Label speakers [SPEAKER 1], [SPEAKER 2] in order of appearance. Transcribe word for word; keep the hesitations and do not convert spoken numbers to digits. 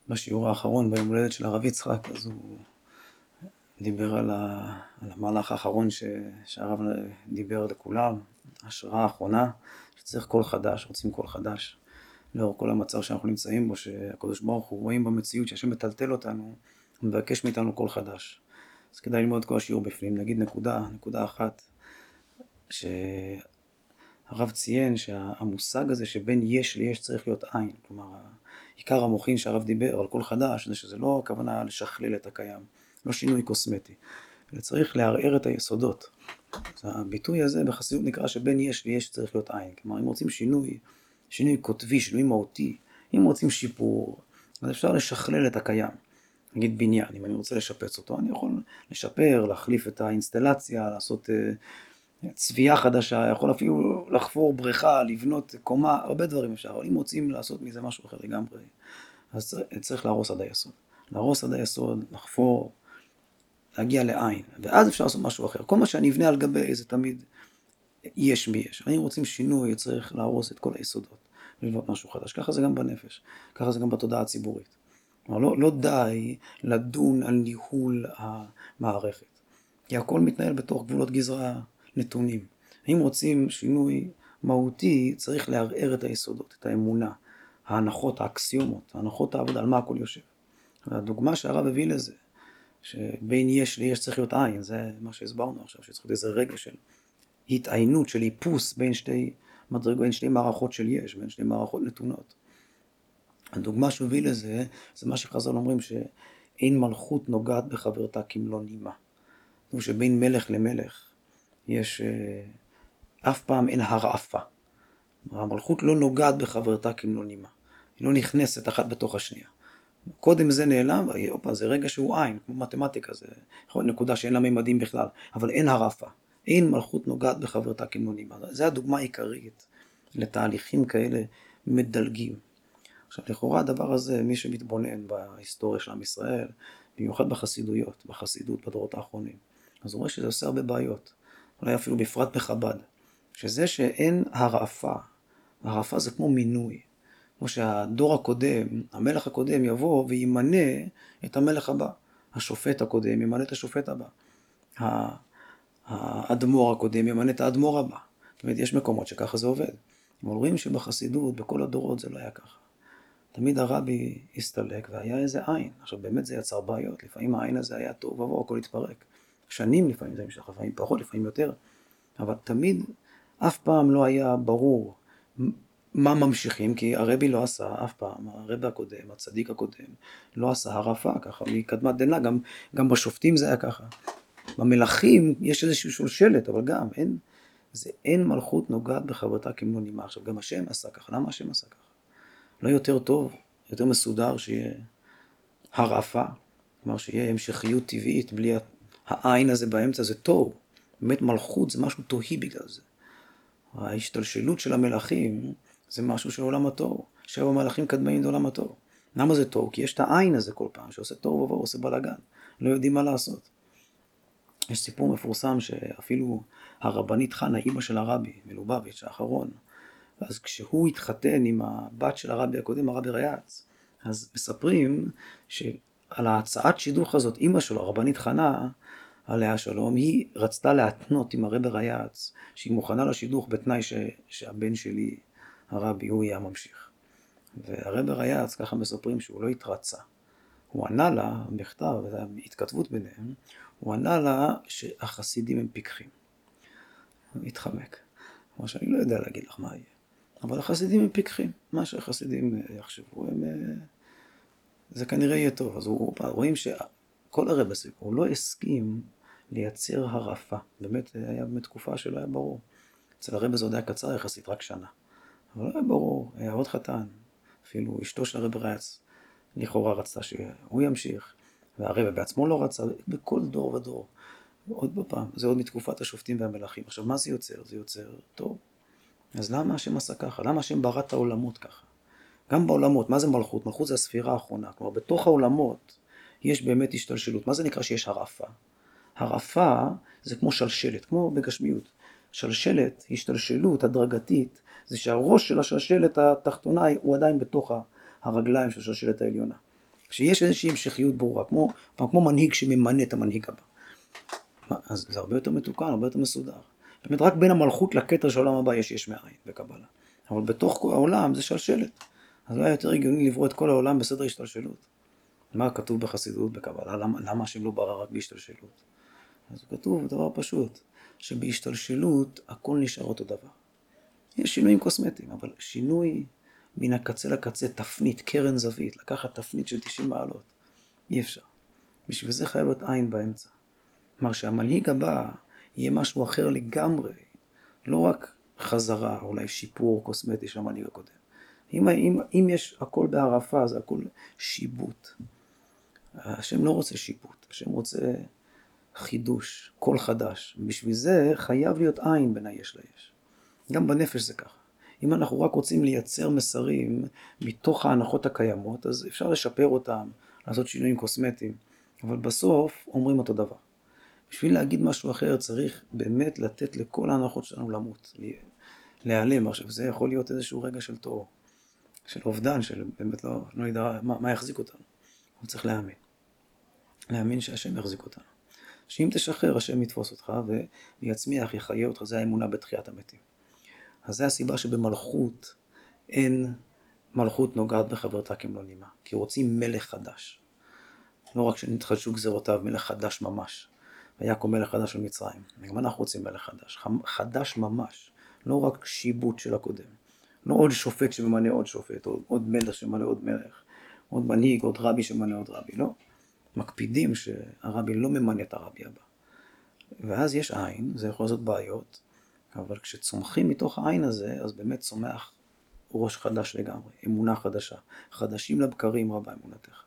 [SPEAKER 1] בשיעור האחרון ביום הולדת של הרב יצחק, אז הוא דיבר על, ה... על המהלך האחרון ש... שהרב דיבר לכולם, ההשראה האחרונה, שצריך קול חדש, רוצים קול חדש. לאור כל המצב שאנחנו נמצאים בו, שהקדוש ברוך הוא רואים במציאות שהשם מטלטל אותנו, הוא מבקש מאיתנו קול חדש. אז כדאי ללמוד כל השיעור בפנים. נגיד נקודה, נקודה אחת, שהרב ציין שהמושג הזה שבין יש ליש צריך להיות עין. כלומר, עיקר המוחין שהרב דיבר על קול חדש, זה שזה לא הכוונה לשכלל את הקיים, לא שינוי קוסמטי, אלא צריך לערער את היסודות. אז הביטוי הזה בחסידות נקרא שבין יש ליש צריך להיות עין. כלומר, אם רוצים שינוי, שינוי כותבי, שינוי מהותי, אם רוצים שיפור, אז אפשר לשכלל את הקיים. נגיד בניין, אם אני רוצה לשפץ אותו, אני יכול לשפר, להחליף את האינסטלציה, לעשות uh, צביעה חדשה, יכול אפילו לחפור בריכה, לבנות קומה, הרבה דברים אפשר, אבל אם רוצים לעשות מזה משהו אחר לגמרי, אז צריך להרוס עד היסוד. להרוס עד היסוד, לחפור, להגיע לעין, ואז אפשר לעשות משהו אחר. כל מה שאני אבנה על גבי זה תמיד יש מי יש. אם רוצים שינוי, צריך להרוס את כל היסודות, ולבנות משהו חדש. ככה זה גם בנפש, ככה זה גם בתודעה הציבורית. כלומר, לא, לא די לדון על ניהול המערכת, כי הכל מתנהל בתוך גבולות גזרה נתונים. אם רוצים שינוי מהותי, צריך לערער את היסודות, את האמונה, ההנחות, האקסיומות, ההנחות העבודה, על מה הכל יושב. והדוגמה שהרב הביא לזה, שבין יש ליש צריך להיות עין, זה מה שהסברנו עכשיו, שצריך להיות איזה רגע של התעיינות, של איפוס בין שתי מדרגות, בין שתי מערכות של יש, בין שתי מערכות נתונות. הדוגמה שהביא לזה, זה מה שחז"ל אומרים, שאין מלכות נוגעת בחברתה כמלוא נימה. זאת אומרת שבין מלך למלך יש, אף פעם אין הרעפה. המלכות לא נוגעת בחברתה כמלוא נימה. היא לא נכנסת אחת בתוך השנייה. קודם זה נעלם, אופה, זה רגע שהוא עין, כמו מתמטיקה, זה יכול להיות נקודה שאין לה ממדים בכלל, אבל אין הרעפה. אין מלכות נוגעת בחברתה כמלוא נימה. זו הדוגמה העיקרית לתהליכים כאלה מדלגים. עכשיו, לכאורה הדבר הזה, מי שמתבונן בהיסטוריה של עם ישראל, במיוחד בחסידויות, בחסידות, בדורות האחרונים, אז הוא רואה שזה עושה הרבה בעיות. אולי אפילו בפרט בחב"ד, שזה שאין הרעפה, הרעפה זה כמו מינוי. כמו שהדור הקודם, המלך הקודם יבוא וימנה את המלך הבא. השופט הקודם ימנה את השופט הבא. האדמו"ר הקודם ימנה את האדמו"ר הבא. זאת אומרת, יש מקומות שככה זה עובד. אבל רואים שבחסידות, בכל הדורות זה לא היה ככה. תמיד הרבי הסתלק והיה איזה עין. עכשיו באמת זה יצר בעיות. לפעמים העין הזה היה טוב ובוא, הכל התפרק. שנים לפעמים זה המשך, לפעמים פחות, לפעמים יותר. אבל תמיד, אף פעם לא היה ברור מה ממשיכים, כי הרבי לא עשה אף פעם, הרבי הקודם, הצדיק הקודם, לא עשה הרעפה ככה, מקדמת דנא, גם, גם בשופטים זה היה ככה. במלכים יש איזשהו שולשלת, אבל גם אין, זה אין מלכות נוגעת בחברתה כמלוא נימה. עכשיו גם השם עשה ככה, למה השם עשה ככה? לא יותר טוב, יותר מסודר שיהיה הרעפה, כלומר שיהיה המשכיות טבעית, בלי העין הזה באמצע, זה טוב. באמת מלכות זה משהו תוהי בגלל זה. ההשתלשלות של המלכים זה משהו של עולם התוהו. שבע מלכים קדמאים זה עולם התוהו. למה זה תוהו? כי יש את העין הזה כל פעם, שעושה תוהו ובוהו, עושה בלגן. לא יודעים מה לעשות. יש סיפור מפורסם שאפילו הרבנית חנה, אמא של הרבי, מלובביץ' האחרון, אז כשהוא התחתן עם הבת של הרבי הקודם, הרבי ריאץ, אז מספרים שעל ההצעת שידוך הזאת, אמא שלו, הרבנית חנה, עליה שלום, היא רצתה להתנות עם הרבי ריאץ, שהיא מוכנה לשידוך בתנאי ש... שהבן שלי, הרבי, הוא יהיה הממשיך. והרבי ריאץ, ככה מספרים שהוא לא התרצה. הוא ענה לה, בכתב, וזו התכתבות ביניהם, הוא ענה לה שהחסידים הם פיקחים. הוא התחמק. כמו שאני לא יודע להגיד לך מה יהיה. אבל החסידים הם פיקחים. מה שהחסידים יחשבו, הם... זה כנראה יהיה טוב. אז הוא, רואים שכל הרב הזה, הוא לא הסכים לייצר הרעפה. באמת, היה באמת תקופה שלא היה ברור. אצל הרב הזה עוד היה קצר יחסית, רק שנה. אבל לא היה ברור, היה עוד חתן. אפילו אשתו של הרב ריאץ, לכאורה רצתה שהוא ימשיך. והרב בעצמו לא רצה, בכל דור ודור. עוד בפעם, זה עוד מתקופת השופטים והמלכים. עכשיו, מה זה יוצר? זה יוצר טוב. אז למה השם עשה ככה? למה השם ברא את העולמות ככה? גם בעולמות, מה זה מלכות? מלכות זה הספירה האחרונה. כלומר, בתוך העולמות יש באמת השתלשלות. מה זה נקרא שיש הרעפה? הרעפה זה כמו שלשלת, כמו בגשמיות. שלשלת, השתלשלות הדרגתית, זה שהראש של השלשלת התחתונה הוא עדיין בתוך הרגליים של השלשלת העליונה. שיש איזושהי המשכיות ברורה, כמו, כמו מנהיג שממנה את המנהיג הבא. אז זה הרבה יותר מתוקן, הרבה יותר מסודר. באמת רק בין המלכות לכתר של העולם הבא יש יש מאין בקבלה. אבל בתוך כל העולם זה שלשלת. אז היה יותר הגיוני לברוא את כל העולם בסדר השתלשלות. מה כתוב בחסידות בקבלה? למה, למה השם לא ברא רק בהשתלשלות? אז כתוב דבר פשוט, שבהשתלשלות הכל נשאר אותו דבר. יש שינויים קוסמטיים, אבל שינוי מן הקצה לקצה, תפנית, קרן זווית, לקחת תפנית של תשעים מעלות, אי אפשר. בשביל זה חייב להיות עין באמצע. כלומר שהמנהיג הבא יהיה משהו אחר לגמרי, לא רק חזרה, אולי שיפור קוסמטי של המנהיג הקודם. אם, אם, אם יש הכל בערפה, זה הכל שיבוט. השם לא רוצה שיפוט, השם רוצה חידוש, קול חדש. בשביל זה חייב להיות עין בין היש ליש. גם בנפש זה ככה. אם אנחנו רק רוצים לייצר מסרים מתוך ההנחות הקיימות, אז אפשר לשפר אותם, לעשות שינויים קוסמטיים, אבל בסוף אומרים אותו דבר. בשביל להגיד משהו אחר צריך באמת לתת לכל ההנחות שלנו למות, להיעלם. עכשיו זה יכול להיות איזשהו רגע של תור, של אובדן, של באמת לא, לא ידע מה, מה יחזיק אותנו. הוא צריך להאמין. להאמין שהשם יחזיק אותנו. שאם תשחרר, השם יתפוס אותך ויצמיח, יחיה אותך, זה האמונה בתחיית המתים. אז זה הסיבה שבמלכות אין מלכות נוגעת בחברתה כמלוא נימה. כי רוצים מלך חדש. לא רק שנתחדשו גזירותיו, מלך חדש ממש. היה כה מלך חדש של מצרים. גם אנחנו רוצים מלך חדש. חדש ממש. לא רק שיבוט של הקודם. לא עוד שופט שממנה עוד שופט, עוד, עוד מלך שממנה עוד מלך. עוד מנהיג, עוד רבי שממנה עוד רבי. לא. מקפידים שהרבי לא ממנה את הרבי הבא. ואז יש עין, זה יכול לעשות בעיות. אבל כשצומחים מתוך העין הזה, אז באמת צומח ראש חדש לגמרי, אמונה חדשה. חדשים לבקרים רבה אמונתך.